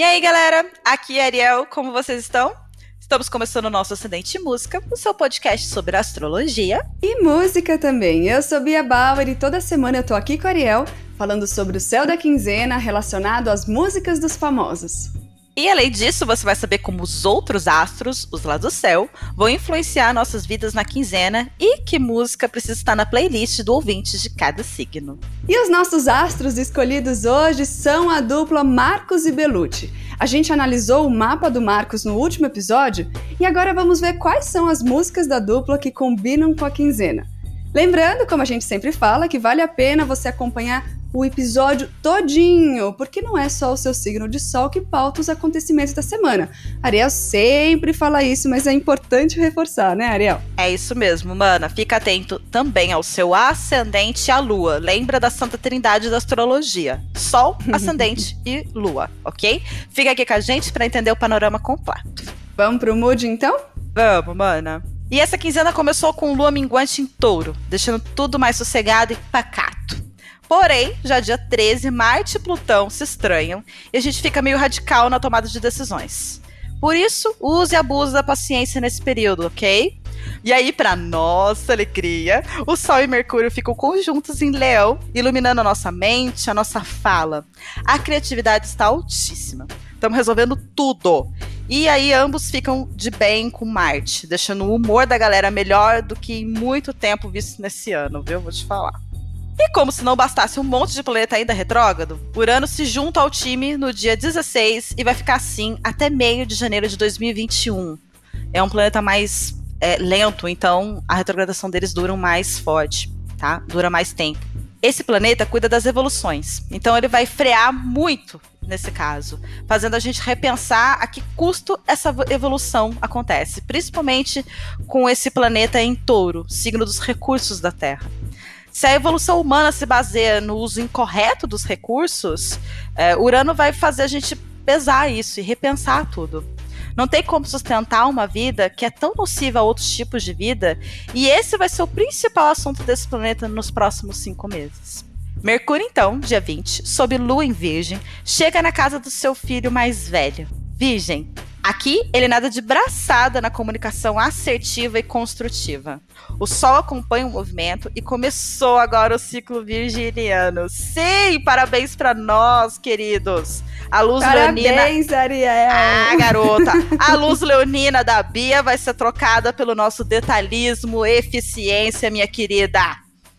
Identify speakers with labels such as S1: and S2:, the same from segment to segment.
S1: E aí, galera? Aqui é Ariel, como vocês estão? Estamos começando o nosso Ascendente Música, o seu podcast sobre astrologia.
S2: E música também. Eu sou Bia Bauer e toda semana eu tô aqui com a Ariel, falando sobre o céu da quinzena relacionado às músicas dos famosos.
S1: E além disso, você vai saber como os outros astros, os lá do céu, vão influenciar nossas vidas na quinzena e que música precisa estar na playlist do ouvinte de cada signo.
S2: E os nossos astros escolhidos hoje são a dupla Marcos e Belucci. A gente analisou o mapa do Marcos no último episódio e agora vamos ver quais são as músicas da dupla que combinam com a quinzena. Lembrando, como a gente sempre fala, que vale a pena você acompanhar o episódio todinho, porque não é só o seu signo de sol que pauta os acontecimentos da semana. Ariel sempre fala isso, mas é importante reforçar, né, Ariel?
S1: É isso mesmo, mana. Fica atento também ao seu ascendente e à lua. Lembra da Santa Trindade da astrologia. Sol, ascendente e lua, ok? Fica aqui com a gente para entender o panorama completo.
S2: Vamos pro mood, então?
S1: Vamos, mana. E essa quinzena começou com lua minguante em touro, deixando tudo mais sossegado e pacato. Porém, já dia 13, Marte e Plutão se estranham e a gente fica meio radical na tomada de decisões. Por isso, use e abuse da paciência nesse período, ok? E aí, para nossa alegria, o Sol e Mercúrio ficam conjuntos em Leão, iluminando a nossa mente, a nossa fala. A criatividade está altíssima. Estamos resolvendo tudo. E aí, ambos ficam de bem com Marte, deixando o humor da galera melhor do que em muito tempo visto nesse ano, viu? Vou te falar. E como se não bastasse um monte de planeta ainda retrógrado, Urano se junta ao time no dia 16 e vai ficar assim até meio de janeiro de 2021. É um planeta mais lento, então a retrogradação deles dura mais forte, tá? Dura mais tempo. Esse planeta cuida das evoluções, então ele vai frear muito nesse caso, fazendo a gente repensar a que custo essa evolução acontece, principalmente com esse planeta em Touro, signo dos recursos da Terra. Se a evolução humana se baseia no uso incorreto dos recursos, Urano vai fazer a gente pesar isso e repensar tudo. Não tem como sustentar uma vida que é tão nociva a outros tipos de vida, e esse vai ser o principal assunto desse planeta nos próximos 5 meses. Mercúrio, então, dia 20, sob lua em Virgem, chega na casa do seu filho mais velho, Virgem. Aqui, ele nada de braçada na comunicação assertiva e construtiva. O Sol acompanha o movimento e começou agora o ciclo virginiano. Sim, parabéns para nós, queridos. A luz leonina...
S2: Parabéns, Ariel!
S1: Ah, garota! A luz leonina da Bia vai ser trocada pelo nosso detalhismo, eficiência, minha querida.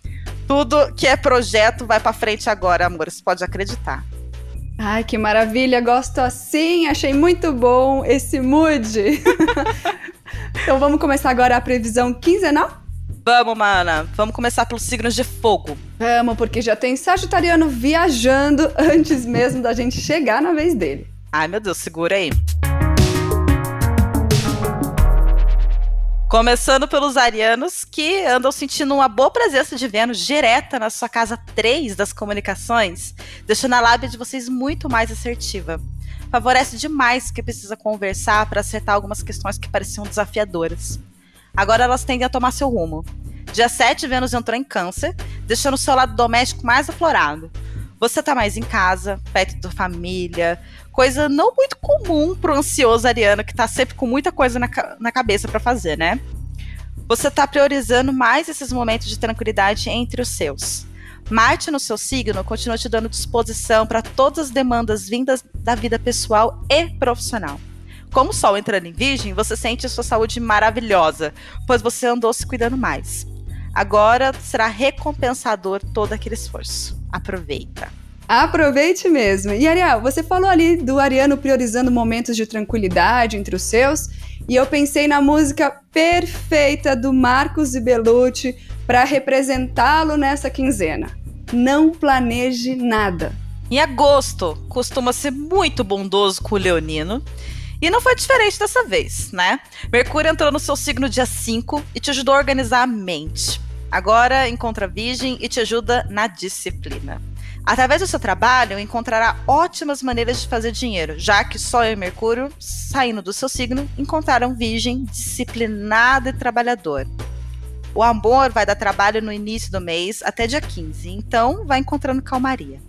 S1: Tudo que é projeto vai para frente agora, amor. Você pode acreditar.
S2: Ai, que maravilha, gosto assim, achei muito bom esse mood. Então vamos começar agora a previsão quinzenal?
S1: Vamos, mana, vamos começar pelos signos de fogo.
S2: Vamos, porque já tem sagitariano viajando antes mesmo da gente chegar na vez dele.
S1: Ai, meu Deus, segura aí. Começando pelos arianos, que andam sentindo uma boa presença de Vênus direta na sua casa 3 das comunicações, deixando a lábia de vocês muito mais assertiva. Favorece demais que precisa conversar para acertar algumas questões que pareciam desafiadoras. Agora elas tendem a tomar seu rumo. Dia 7, Vênus entrou em Câncer, deixando o seu lado doméstico mais aflorado. Você tá mais em casa, perto da família, coisa não muito comum pro ansioso ariano que tá sempre com muita coisa na cabeça pra fazer, né? Você tá priorizando mais esses momentos de tranquilidade entre os seus. Marte no seu signo continua te dando disposição para todas as demandas vindas da vida pessoal e profissional. Como o Sol entrando em Virgem, você sente a sua saúde maravilhosa, pois você andou se cuidando mais. Agora será recompensador todo aquele esforço. Aproveita.
S2: Aproveite mesmo. E Ariel, você falou ali do ariano priorizando momentos de tranquilidade entre os seus, e eu pensei na música perfeita do Marcos e Belucci para representá-lo nessa quinzena. Não planeje nada.
S1: Em agosto, costuma ser muito bondoso com o leonino, e não foi diferente dessa vez, né? Mercúrio entrou no seu signo dia 5 e te ajudou a organizar a mente. Agora encontra Virgem e te ajuda na disciplina. Através do seu trabalho, encontrará ótimas maneiras de fazer dinheiro, já que Sol e Mercúrio, saindo do seu signo, encontraram Virgem disciplinado e trabalhador. O amor vai dar trabalho no início do mês até dia 15, então vai encontrando calmaria.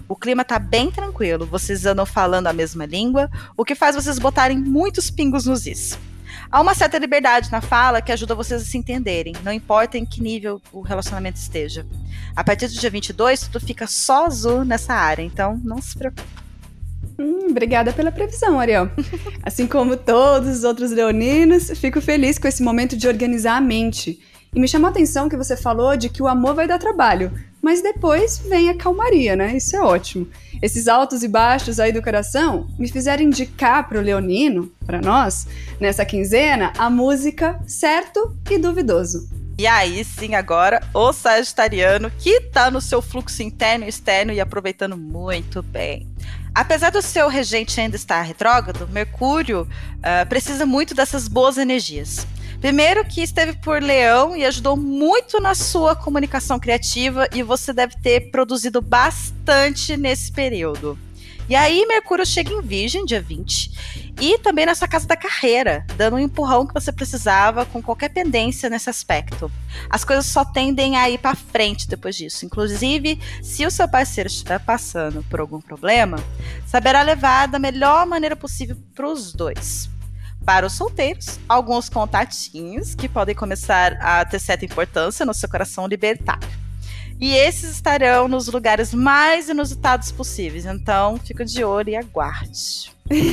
S1: O clima tá bem tranquilo, vocês andam falando a mesma língua, o que faz vocês botarem muitos pingos nos is. Há uma certa liberdade na fala que ajuda vocês a se entenderem, não importa em que nível o relacionamento esteja. A partir do dia 22, tudo fica só azul nessa área, então não se preocupe.
S2: Obrigada pela previsão, Ariel. Assim como todos os outros leoninos, fico feliz com esse momento de organizar a mente. E me chamou a atenção que você falou de que o amor vai dar trabalho, mas depois vem a calmaria, né? Isso é ótimo. Esses altos e baixos aí do coração me fizeram indicar para o leonino, para nós, nessa quinzena, a música Certo e Duvidoso.
S1: E aí sim, agora, o sagitariano que tá no seu fluxo interno e externo e aproveitando muito bem. Apesar do seu regente ainda estar retrógrado, Mercúrio precisa muito dessas boas energias. Primeiro que esteve por Leão e ajudou muito na sua comunicação criativa e você deve ter produzido bastante nesse período. E aí Mercúrio chega em Virgem, dia 20, e também na sua casa da carreira, dando um empurrão que você precisava com qualquer pendência nesse aspecto. As coisas só tendem a ir para frente depois disso. Inclusive, se o seu parceiro estiver passando por algum problema, saberá levar da melhor maneira possível para os dois. Para os solteiros, alguns contatinhos que podem começar a ter certa importância no seu coração libertário. E esses estarão nos lugares mais inusitados possíveis, então fica de olho e aguarde.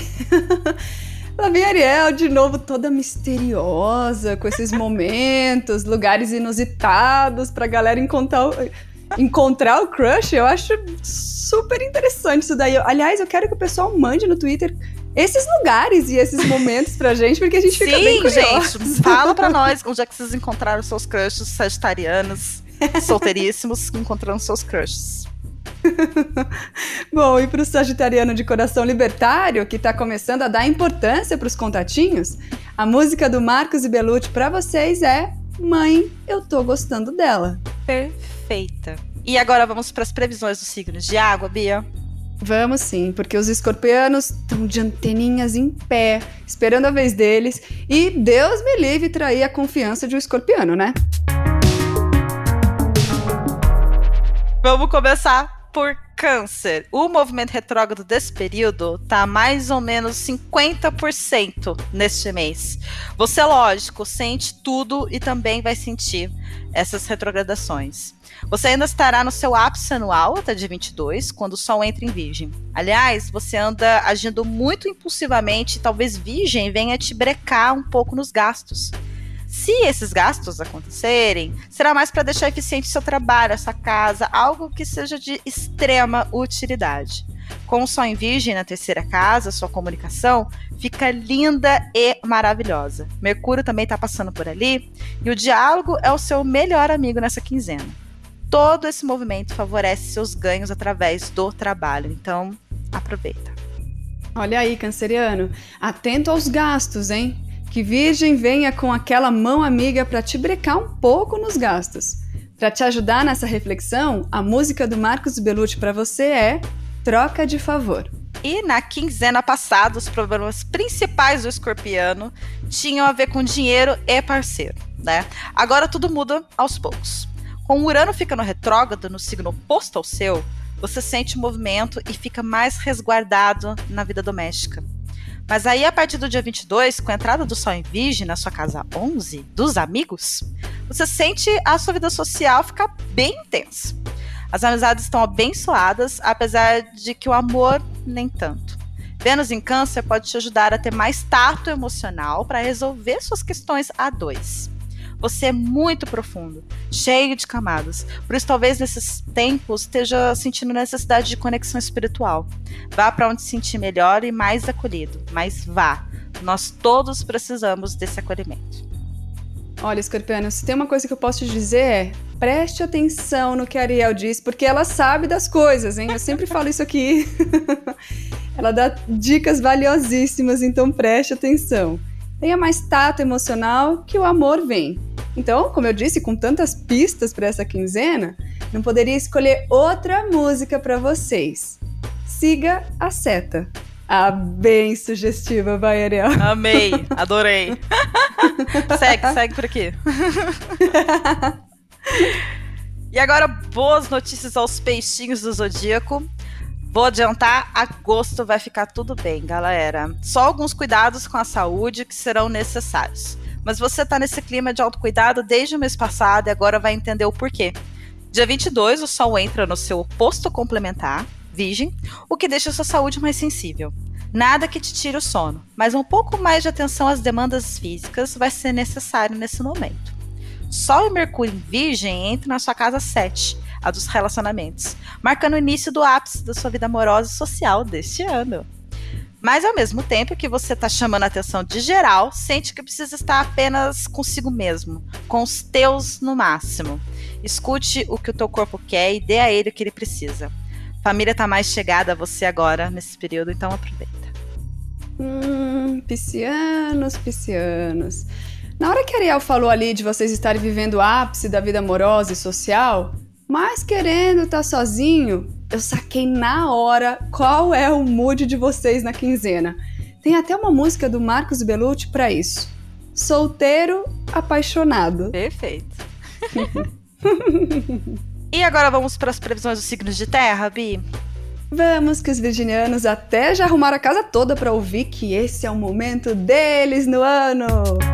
S2: Lá vem a Ariel de novo, toda misteriosa, com esses momentos, lugares inusitados pra galera encontrar o crush. Eu acho super interessante isso daí. Aliás, eu quero que o pessoal mande no Twitter esses lugares e esses momentos pra gente, porque a gente fica bem curioso.
S1: Sim, gente, fala pra nós onde é que vocês encontraram seus crushes sagitarianos, solteiríssimos, encontrando seus crushes.
S2: Bom, e pro sagitariano de coração libertário, que tá começando a dar importância pros contatinhos, a música do Marcos e Bellucci pra vocês é Mãe, Eu Tô Gostando Dela.
S1: Perfeita. E agora vamos pras previsões dos signos de água, Bia?
S2: Vamos sim, porque os escorpianos estão de anteninhas em pé, esperando a vez deles, e Deus me livre trair a confiança de um escorpiano, né?
S1: Vamos começar por Câncer. O movimento retrógrado desse período tá mais ou menos 50% neste mês. Você, lógico, sente tudo e também vai sentir essas retrogradações. Você ainda estará no seu ápice anual até dia 22, quando o Sol entra em Virgem. Aliás, você anda agindo muito impulsivamente e talvez Virgem venha te brecar um pouco nos gastos. Se esses gastos acontecerem, será mais para deixar eficiente seu trabalho, a sua casa, algo que seja de extrema utilidade. Com o Sol em Virgem na terceira casa, sua comunicação fica linda e maravilhosa. Mercúrio também está passando por ali e o diálogo é o seu melhor amigo nessa quinzena. Todo esse movimento favorece seus ganhos através do trabalho, então aproveita.
S2: Olha aí, canceriano, atento aos gastos, hein? Que Virgem venha com aquela mão amiga para te brecar um pouco nos gastos. Para te ajudar nessa reflexão, a música do Marcos Bellucci para você é Troca de Favor.
S1: E na quinzena passada, os problemas principais do escorpiano tinham a ver com dinheiro e parceiro, né? Agora tudo muda aos poucos. Com o Urano ficando retrógrado no signo oposto ao seu, você sente o movimento e fica mais resguardado na vida doméstica. Mas aí, a partir do dia 22, com a entrada do Sol em Virgem na sua casa 11, dos amigos, você sente a sua vida social ficar bem intensa. As amizades estão abençoadas, apesar de que o amor nem tanto. Vênus em Câncer pode te ajudar a ter mais tato emocional para resolver suas questões a dois. Você é muito profundo, cheio de camadas. Por isso, talvez nesses tempos esteja sentindo necessidade de conexão espiritual. Vá para onde se sentir melhor e mais acolhido. Mas vá. Nós todos precisamos desse acolhimento.
S2: Olha, escorpiano, se tem uma coisa que eu posso te dizer é preste atenção no que a Ariel diz, porque ela sabe das coisas, hein? Eu sempre falo isso aqui. Ela dá dicas valiosíssimas, então preste atenção. Tenha mais tato emocional que o amor vem. Então, como eu disse, com tantas pistas para essa quinzena, não poderia escolher outra música para vocês. Siga a seta. Ah, bem sugestiva, vai, Ariel.
S1: Amei, adorei. segue por aqui. E agora, boas notícias aos peixinhos do Zodíaco. Vou adiantar, agosto vai ficar tudo bem, galera. Só alguns cuidados com a saúde que serão necessários. Mas você tá nesse clima de autocuidado desde o mês passado e agora vai entender o porquê. Dia 22, o Sol entra no seu oposto complementar, Virgem, o que deixa a sua saúde mais sensível. Nada que te tire o sono, mas um pouco mais de atenção às demandas físicas vai ser necessário nesse momento. Sol e Mercúrio em Virgem entram na sua casa 7, a dos relacionamentos, marcando o início do ápice da sua vida amorosa e social deste ano. Mas ao mesmo tempo que você está chamando a atenção de geral, sente que precisa estar apenas consigo mesmo, com os teus no máximo. Escute o que o teu corpo quer e dê a ele o que ele precisa. Família está mais chegada a você agora, nesse período, então aproveita.
S2: Piscianos. Na hora que a Ariel falou ali de vocês estarem vivendo o ápice da vida amorosa e social, mas querendo estar sozinho, eu saquei na hora qual é o mood de vocês na quinzena. Tem até uma música do Marcos e Bellucci pra isso. Solteiro, apaixonado.
S1: Perfeito. E agora vamos para as previsões dos signos de terra, Bi?
S2: Vamos, que os virginianos até já arrumaram a casa toda pra ouvir que esse é o momento deles no ano.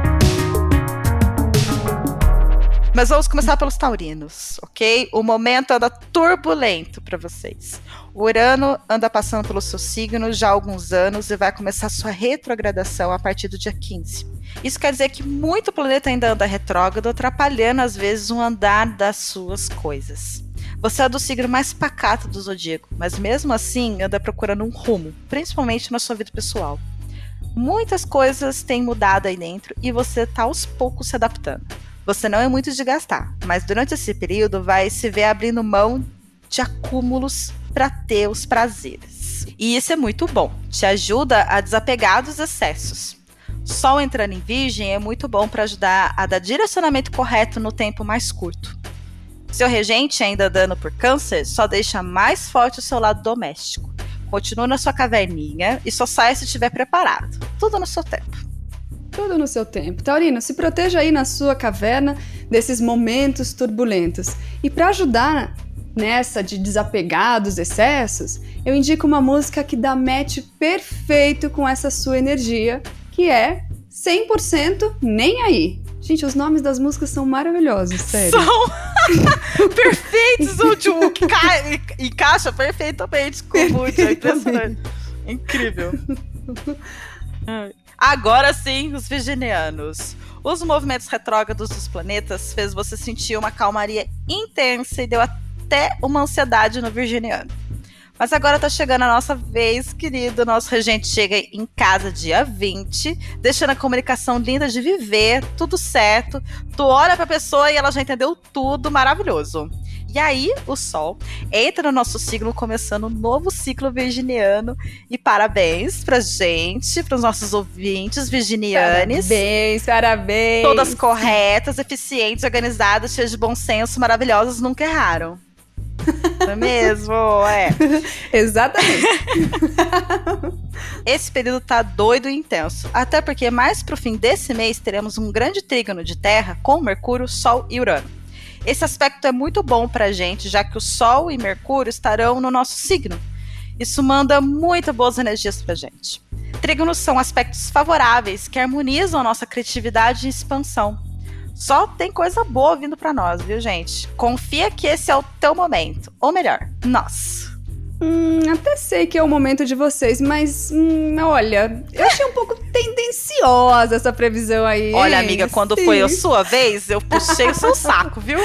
S1: Mas vamos começar pelos taurinos, ok? O momento anda turbulento para vocês. O Urano anda passando pelo seu signo já há alguns anos e vai começar sua retrogradação a partir do dia 15. Isso quer dizer que muito planeta ainda anda retrógrado, atrapalhando às vezes o andar das suas coisas. Você é do signo mais pacato do zodíaco, mas mesmo assim anda procurando um rumo, principalmente na sua vida pessoal. Muitas coisas têm mudado aí dentro e você está aos poucos se adaptando. Você não é muito de gastar, mas durante esse período vai se ver abrindo mão de acúmulos para ter os prazeres. E isso é muito bom, te ajuda a desapegar dos excessos. Sol entrando em Virgem é muito bom para ajudar a dar direcionamento correto no tempo mais curto. Seu regente ainda dando por Câncer só deixa mais forte o seu lado doméstico. Continua na sua caverninha e só sai se estiver preparado. Tudo no seu tempo.
S2: Tudo no seu tempo. Taurino, se proteja aí na sua caverna desses momentos turbulentos. E para ajudar nessa de desapegar dos excessos, eu indico uma música que dá match perfeito com essa sua energia, que é 100% Nem Aí. Gente, os nomes das músicas são maravilhosos, sério.
S1: São perfeitos, o que encaixa perfeitamente com o mood, é impressionante. Incrível. Agora sim, os virginianos. Os movimentos retrógrados dos planetas fez você sentir uma calmaria intensa e deu até uma ansiedade no virginiano. Mas agora tá chegando a nossa vez, querido. Nosso regente chega em casa dia 20, deixando a comunicação linda de viver, tudo certo. Tu olha pra pessoa e ela já entendeu tudo, maravilhoso. E aí, o Sol entra no nosso signo, começando um novo ciclo virginiano. E parabéns pra gente, pros nossos ouvintes virginianes.
S2: Parabéns!
S1: Todas corretas, eficientes, organizadas, cheias de bom senso, maravilhosas, nunca erraram. Não é mesmo? É.
S2: Exatamente.
S1: Esse período tá doido e intenso. Até porque mais pro fim desse mês teremos um grande trígono de Terra com Mercúrio, Sol e Urano. Esse aspecto é muito bom pra gente, já que o Sol e Mercúrio estarão no nosso signo. Isso manda muitas boas energias pra gente. Trígonos são aspectos favoráveis que harmonizam a nossa criatividade e expansão. Só tem coisa boa vindo pra nós, viu, gente? Confia que esse é o teu momento. Ou melhor, nós.
S2: Até sei que é o momento de vocês, mas olha, eu achei um pouco tendenciosa essa previsão aí.
S1: Olha, amiga, quando foi a sua vez, eu puxei o seu saco, viu?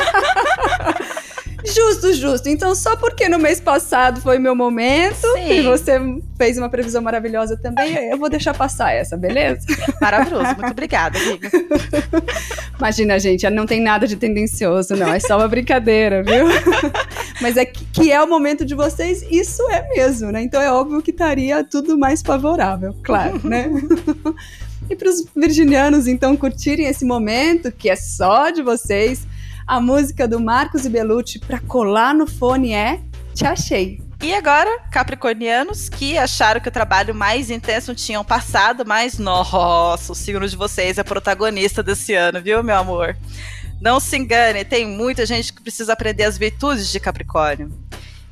S2: Justo. Então, só porque no mês passado foi meu momento, sim, e você fez uma previsão maravilhosa também, eu vou deixar passar essa, beleza?
S1: Maravilhoso, muito obrigada, amiga.
S2: Imagina, gente, não tem nada de tendencioso, não, é só uma brincadeira, viu? Mas é que é o momento de vocês, isso é mesmo, né? Então é óbvio que estaria tudo mais favorável, claro, né? E para os virginianos, então, curtirem esse momento, que é só de vocês, a música do Marcos e Bellucci pra colar no fone é Te Achei.
S1: E agora, capricornianos que acharam que o trabalho mais intenso tinham passado, mas nossa, o signo de vocês é protagonista desse ano, viu, meu amor? Não se engane, tem muita gente que precisa aprender as virtudes de Capricórnio.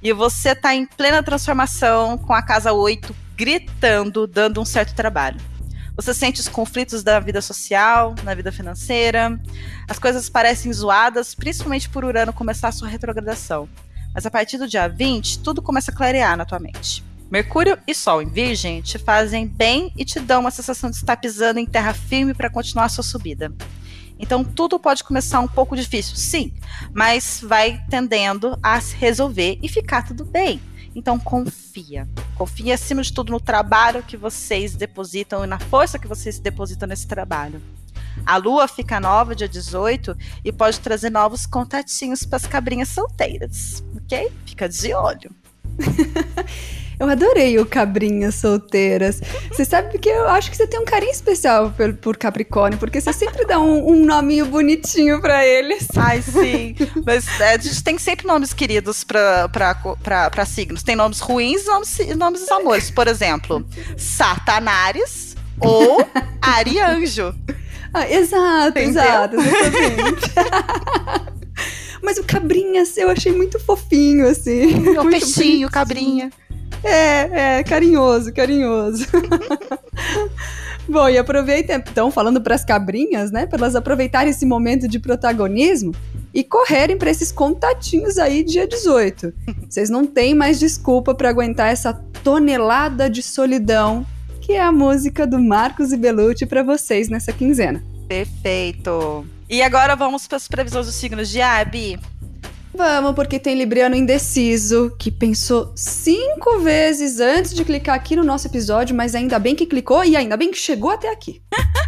S1: E você tá em plena transformação com a casa 8 gritando, dando um certo trabalho. Você sente os conflitos da vida social, na vida financeira. As coisas parecem zoadas, principalmente por Urano começar a sua retrogradação. Mas a partir do dia 20, tudo começa a clarear na tua mente. Mercúrio e Sol em Virgem te fazem bem e te dão uma sensação de estar pisando em terra firme para continuar a sua subida. Então tudo pode começar um pouco difícil, sim, mas vai tendendo a se resolver e ficar tudo bem. Então confia. Confia acima de tudo no trabalho que vocês depositam e na força que vocês depositam nesse trabalho. A lua fica nova dia 18 e pode trazer novos contatinhos para as cabrinhas solteiras, ok? Fica de olho.
S2: Eu adorei o Cabrinhas Solteiras. Você sabe que eu acho que você tem um carinho especial por Capricórnio, porque você sempre dá um nominho bonitinho pra eles.
S1: Ai, sim. Mas a gente tem sempre nomes queridos pra signos. Tem nomes ruins e nomes dos amores. Por exemplo, Satanares ou Arianjo.
S2: Exato, exatamente. Mas o Cabrinhas eu achei muito fofinho, assim.
S1: É um peixinho, cabrinha.
S2: Carinhoso. Bom, e aproveita, então, falando para as cabrinhas, né, para elas aproveitarem esse momento de protagonismo e correrem para esses contatinhos aí dia 18. Vocês não têm mais desculpa para aguentar essa tonelada de solidão que é a música do Marcos e Bellucci para vocês nessa quinzena.
S1: Perfeito. E agora vamos para as previsões dos signos de Abi.
S2: Vamos, porque tem libriano indeciso que pensou 5 vezes antes de clicar aqui no nosso episódio, mas ainda bem que clicou e ainda bem que chegou até aqui.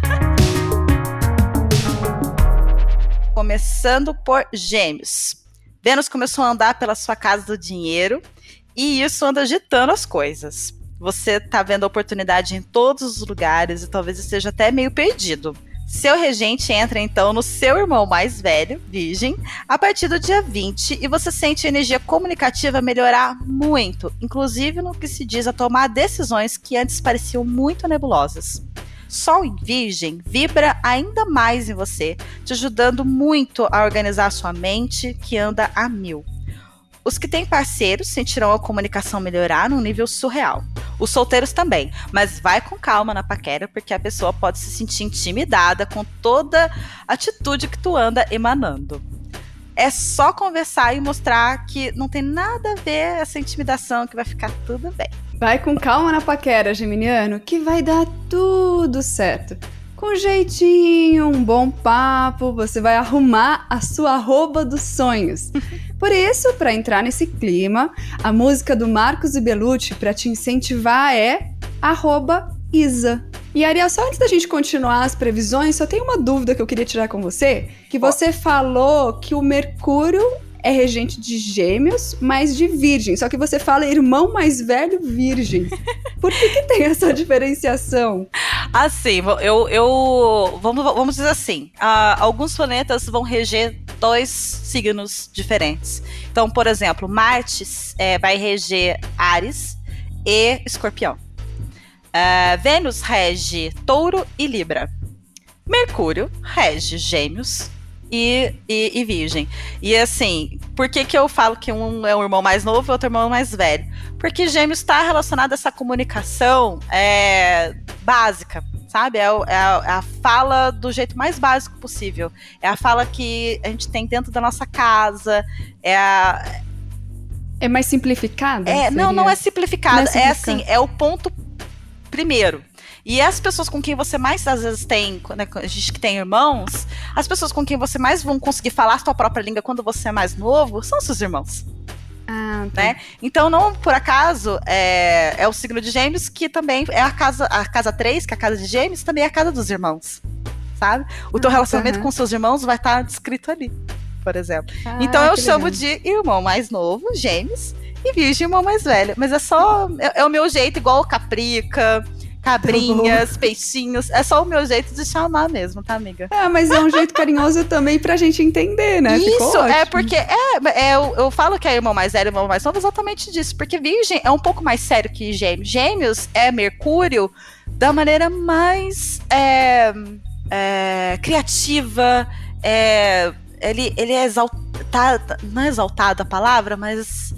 S1: Começando por Gêmeos. Vênus começou a andar pela sua casa do dinheiro e isso anda agitando as coisas. Você tá vendo a oportunidade em todos os lugares e talvez esteja até meio perdido. Seu regente entra então no seu irmão mais velho, Virgem, a partir do dia 20 e você sente a energia comunicativa melhorar muito, inclusive no que se diz a tomar decisões que antes pareciam muito nebulosas. Sol em Virgem vibra ainda mais em você, te ajudando muito a organizar sua mente, que anda a 1000. Os que têm parceiros sentirão a comunicação melhorar num nível surreal. Os solteiros também, mas vai com calma na paquera, porque a pessoa pode se sentir intimidada com toda a atitude que tu anda emanando. É só conversar e mostrar que não tem nada a ver essa intimidação, que vai ficar tudo bem.
S2: Vai com calma na paquera, geminiano, que vai dar tudo certo. Com jeitinho, um bom papo, você vai arrumar a sua arroba dos sonhos. Por isso, para entrar nesse clima, a música do Marcos e Bellucci para te incentivar é @Isa. E Ariel, só antes da gente continuar as previsões, só tem uma dúvida que eu queria tirar com você, que você falou que o Mercúrio é regente de Gêmeos, mas de Virgem, só que você fala irmão mais velho Virgem. Por que tem essa diferenciação?
S1: Assim, vamos dizer assim, alguns planetas vão reger 2 signos diferentes. Então, por exemplo, Marte vai reger Áries e Escorpião. Vênus rege Touro e Libra. Mercúrio rege Gêmeos e Virgem. E assim, por que eu falo que um é um irmão mais novo e outro irmão mais velho? Porque Gêmeos está relacionado a essa comunicação básica, sabe? É a fala do jeito mais básico possível. É a fala que a gente tem dentro da nossa casa.
S2: É mais simplificada?
S1: Não é simplificada. É assim, é o ponto primeiro. E as pessoas com quem você mais, às vezes, tem, né, a gente que tem irmãos, as pessoas com quem você mais vão conseguir falar a sua própria língua quando você é mais novo, são seus irmãos.
S2: Tá.
S1: Né? Então, não por acaso, é o signo de Gêmeos, que também é a casa 3, que é a casa de Gêmeos, também é a casa dos irmãos, sabe? O teu relacionamento com seus irmãos vai estar descrito ali, por exemplo. Então, eu chamo de irmão mais novo, Gêmeos, e Virgem, irmão mais velho. Mas é o meu jeito, igual Caprica, cabrinhas, peixinhos, é só o meu jeito de chamar mesmo, tá, amiga?
S2: Mas é um jeito carinhoso também pra gente entender, né?
S1: Isso, porque eu falo que é irmão mais velho, irmão mais novo, exatamente disso, porque Virgem é um pouco mais sério que Gêmeos. Gêmeos é Mercúrio da maneira mais criativa, ele é exaltado, não é exaltado a palavra, mas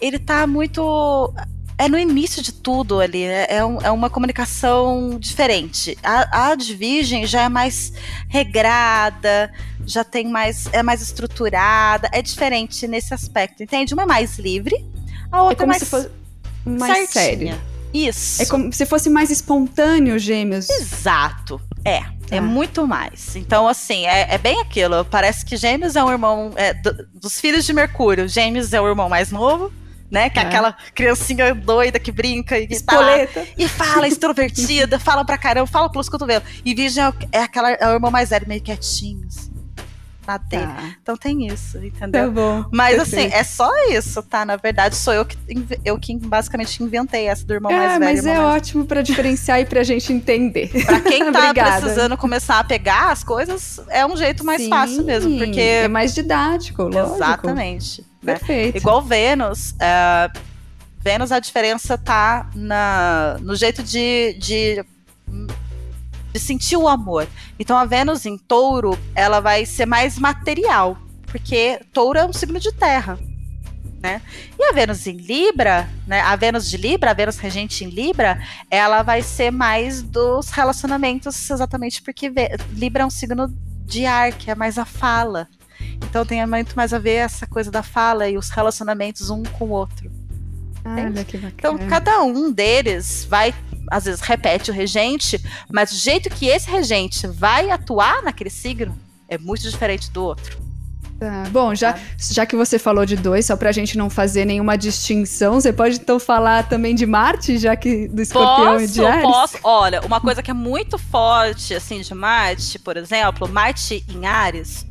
S1: ele tá muito... É no início de tudo ali, é uma comunicação diferente. A de Virgem já é mais regrada, já tem é mais estruturada, é diferente nesse aspecto, entende? Uma é mais livre, a outra é mais,
S2: se fosse mais séria.
S1: Isso.
S2: É como se fosse mais espontâneo, Gêmeos.
S1: Exato, é muito mais. Então, assim, é bem aquilo, parece que Gêmeos é um irmão, dos filhos de Mercúrio, Gêmeos é o irmão mais novo, né? Que é aquela criancinha doida que brinca e
S2: espoleta.
S1: E fala, extrovertida, fala pra caramba, fala pelos cotovelos. E Virgem é o irmão mais velho, meio quietinho, assim, na dele. Então tem isso, entendeu?
S2: Tá bom.
S1: Mas
S2: perfeito.
S1: assim, é só isso, tá? Na verdade, sou eu que basicamente inventei essa do irmão mais velho.
S2: Mas é ótimo pra diferenciar e pra gente entender.
S1: Pra quem tá precisando começar a pegar as coisas, é um jeito mais fácil mesmo, porque...
S2: É mais didático, lógico.
S1: Exatamente.
S2: Perfeito.
S1: Né? Igual Vênus, Vênus a diferença tá no jeito de sentir o amor. Então a Vênus em Touro, ela vai ser mais material, porque Touro é um signo de terra, né? E a Vênus em Libra, né? A Vênus de Libra, a Vênus regente em Libra, ela vai ser mais dos relacionamentos, exatamente porque Libra é um signo de ar, que é mais a fala. Então tem muito mais a ver essa coisa da fala e os relacionamentos um com o outro.
S2: Olha que bacana.
S1: Então cada um deles vai, às vezes repete o regente, mas o jeito que esse regente vai atuar naquele signo é muito diferente do outro.
S2: Tá. Bom, já que você falou de 2, só pra gente não fazer nenhuma distinção, você pode então falar também de Marte, já que do Escorpião e de Áries?
S1: Posso. Olha, uma coisa que é muito forte, assim, de Marte, por exemplo, Marte em Áries...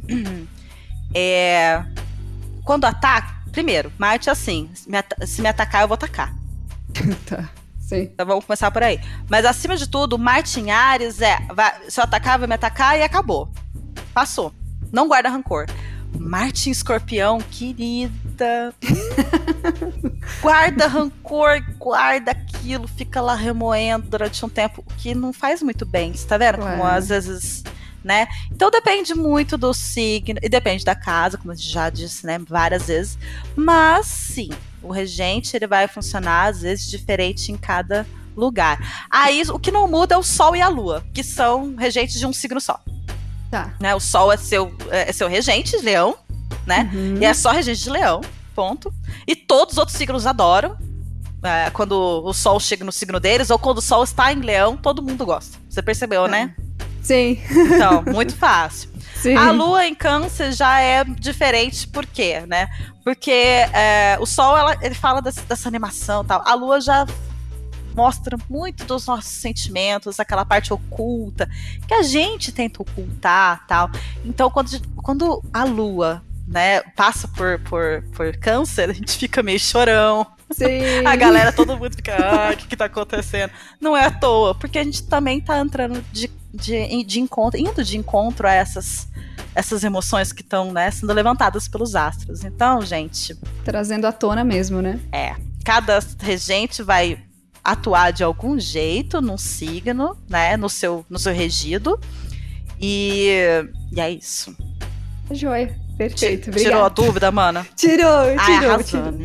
S1: quando ataca, primeiro, Marte é assim, se me atacar, eu vou atacar.
S2: Tá, sim.
S1: Então vamos começar por aí. Mas acima de tudo, Marte em Áries se eu atacar, vai me atacar e acabou. Passou. Não guarda rancor. Marte em Escorpião, querida. Guarda rancor, guarda aquilo, fica lá remoendo durante um tempo, que não faz muito bem, você tá vendo? Como às vezes... Né? Então depende muito do signo e depende da casa, como a gente já disse, né, várias vezes. Mas sim, o regente ele vai funcionar às vezes diferente em cada lugar. Aí o que não muda é o Sol e a Lua, que são regentes de um signo só.
S2: Tá.
S1: Né? O Sol é seu regente, Leão, né?
S2: Uhum.
S1: E é só regente de Leão, ponto. E todos os outros signos adoram. Quando o Sol chega no signo deles, ou quando o Sol está em Leão, todo mundo gosta. Você percebeu, né?
S2: Sim.
S1: Então, muito fácil.
S2: Sim.
S1: A Lua em Câncer já é diferente, por quê, né? Porque o Sol, ele fala dessa animação e tal. A Lua já mostra muito dos nossos sentimentos, aquela parte oculta, que a gente tenta ocultar tal. Então, quando a Lua, né, passa por Câncer, a gente fica meio chorão.
S2: Sim.
S1: A galera, todo mundo fica, o que tá acontecendo? Não é à toa, porque a gente também tá entrando indo de encontro a essas emoções que estão, né, sendo levantadas pelos astros. Então, gente...
S2: Trazendo à tona mesmo, né?
S1: Cada regente vai atuar de algum jeito num signo, né, no seu regido. E é isso.
S2: Joia. Perfeito, obrigada.
S1: Tirou a dúvida, mana?
S2: Tirou.
S1: Arrasando.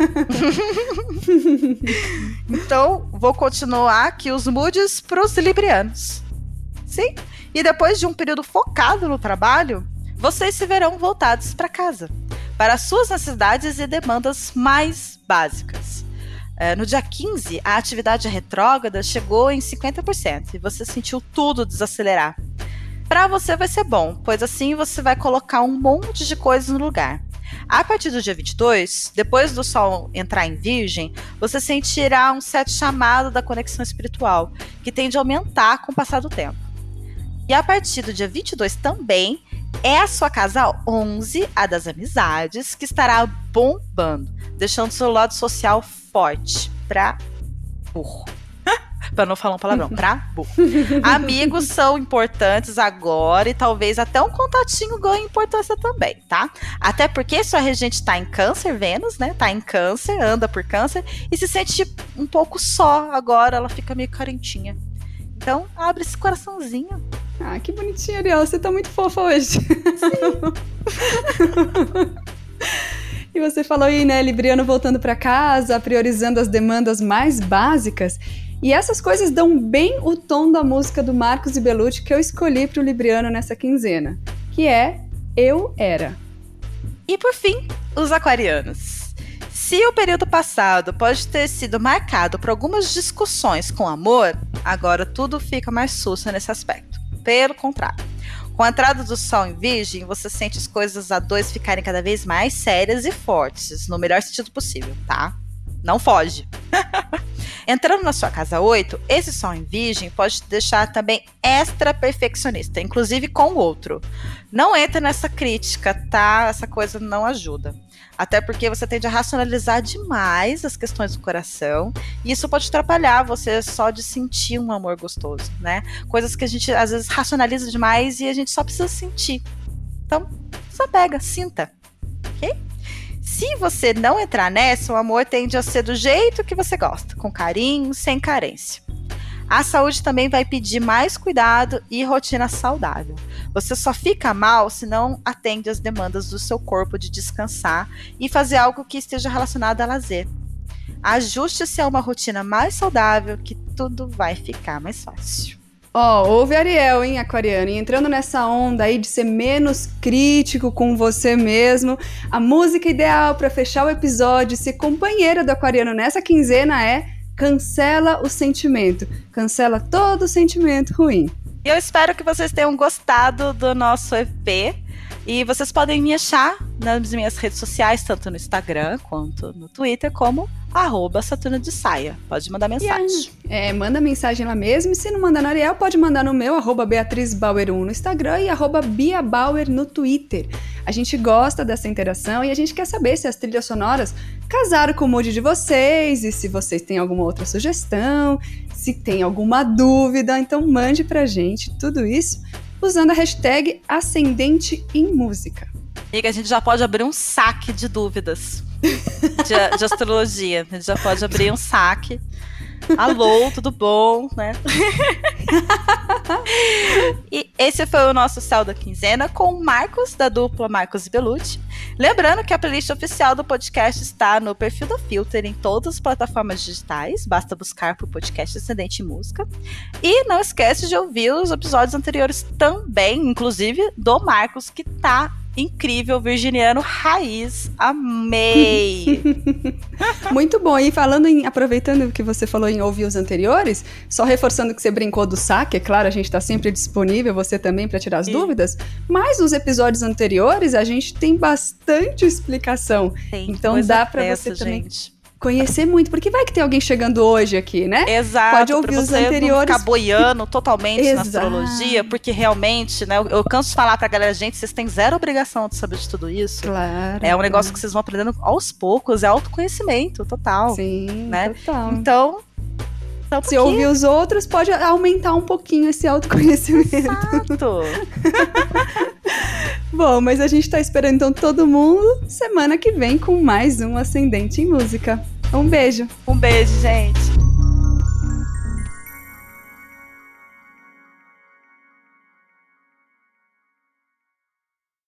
S1: Então, vou continuar aqui os moods para os librianos. Sim? E depois de um período focado no trabalho, vocês se verão voltados para casa, para suas necessidades e demandas mais básicas. No dia 15, a atividade retrógrada chegou em 50% e você sentiu tudo desacelerar. Para você vai ser bom, pois assim você vai colocar um monte de coisas no lugar. A partir do dia 22, depois do Sol entrar em Virgem, você sentirá um certo chamado da conexão espiritual, que tende a aumentar com o passar do tempo. E a partir do dia 22 também, é a sua casa 11, a das amizades, que estará bombando, deixando seu lado social forte pra burro. Pra não falar um palavrão, pra burro. Amigos são importantes agora e talvez até um contatinho ganhe importância também, tá? Até porque sua regente tá em Câncer, Vênus, né? Tá em Câncer, anda por Câncer e se sente um pouco só agora, ela fica meio carentinha. Então, abre esse coraçãozinho.
S2: Ah, que bonitinha, Ariel. Você tá muito fofa hoje. Sim. E você falou aí, né, Libriano voltando para casa, priorizando as demandas mais básicas. E essas coisas dão bem o tom da música do Marcos e Bellucci que eu escolhi para o Libriano nessa quinzena, que é Eu Era.
S1: E por fim, os aquarianos. Se o período passado pode ter sido marcado por algumas discussões com amor, agora tudo fica mais sussa nesse aspecto. Pelo contrário. Com a entrada do Sol em Virgem, você sente as coisas a dois ficarem cada vez mais sérias e fortes, no melhor sentido possível, tá? Não foge. Entrando na sua casa 8, esse Sol em Virgem pode te deixar também extra perfeccionista, inclusive com o outro. Não entra nessa crítica, tá? Essa coisa não ajuda. Até porque você tende a racionalizar demais as questões do coração, e isso pode atrapalhar você só de sentir um amor gostoso, né? Coisas que a gente às vezes racionaliza demais e a gente só precisa sentir. Então, só pega, sinta, ok? Se você não entrar nessa, o amor tende a ser do jeito que você gosta, com carinho, sem carência. A saúde também vai pedir mais cuidado e rotina saudável. Você só fica mal se não atende às demandas do seu corpo de descansar e fazer algo que esteja relacionado a lazer. Ajuste-se a uma rotina mais saudável que tudo vai ficar mais fácil.
S2: Ouve Ariel, hein, aquariano? E entrando nessa onda aí de ser menos crítico com você mesmo, a música ideal para fechar o episódio e ser companheira do aquariano nessa quinzena é Cancela o Sentimento. Cancela todo sentimento ruim.
S1: Eu espero que vocês tenham gostado do nosso EP. E vocês podem me achar nas minhas redes sociais, tanto no Instagram quanto no Twitter, como @Saturno de Saia. Pode mandar mensagem.
S2: Manda mensagem lá mesmo. E se não mandar no Ariel, pode mandar no meu, @BeatrizBauer1 no Instagram e @BiaBauer no Twitter. A gente gosta dessa interação e a gente quer saber se as trilhas sonoras casaram com o mood de vocês e se vocês têm alguma outra sugestão, se tem alguma dúvida. Então mande pra gente tudo isso usando a hashtag Ascendente em Música.
S1: Amiga, a gente já pode abrir um saque de dúvidas de astrologia. A gente já pode abrir um saque. Alô, tudo bom, né? E esse foi o nosso Céu da Quinzena com o Marcos, da dupla Marcos e Bellucci. Lembrando que a playlist oficial do podcast está no perfil da Filter em todas as plataformas digitais. Basta buscar por podcast Ascendente em Música. E não esquece de ouvir os episódios anteriores também, inclusive do Marcos, que tá incrível, virginiano raiz, amei!
S2: Muito bom, e aproveitando que você falou em ouvir os anteriores, só reforçando que você brincou do saque, é claro, a gente tá sempre disponível, você também, para tirar as dúvidas, mas nos episódios anteriores a gente tem bastante explicação, então dá para você também conhecer muito, porque vai que tem alguém chegando hoje aqui, né?
S1: Exato,
S2: pode ouvir os anteriores.
S1: Não ficar boiando totalmente na astrologia, porque realmente, né, eu canso de falar pra galera, gente, vocês têm zero obrigação de saber de tudo isso.
S2: Claro.
S1: É um negócio que vocês vão aprendendo aos poucos, é autoconhecimento total.
S2: Sim,
S1: né?
S2: Total.
S1: Então
S2: se ouvir os outros, pode aumentar um pouquinho esse autoconhecimento.
S1: Exato.
S2: Bom, mas a gente tá esperando então todo mundo semana que vem com mais um Ascendente em Música. Um beijo.
S1: Um beijo, gente.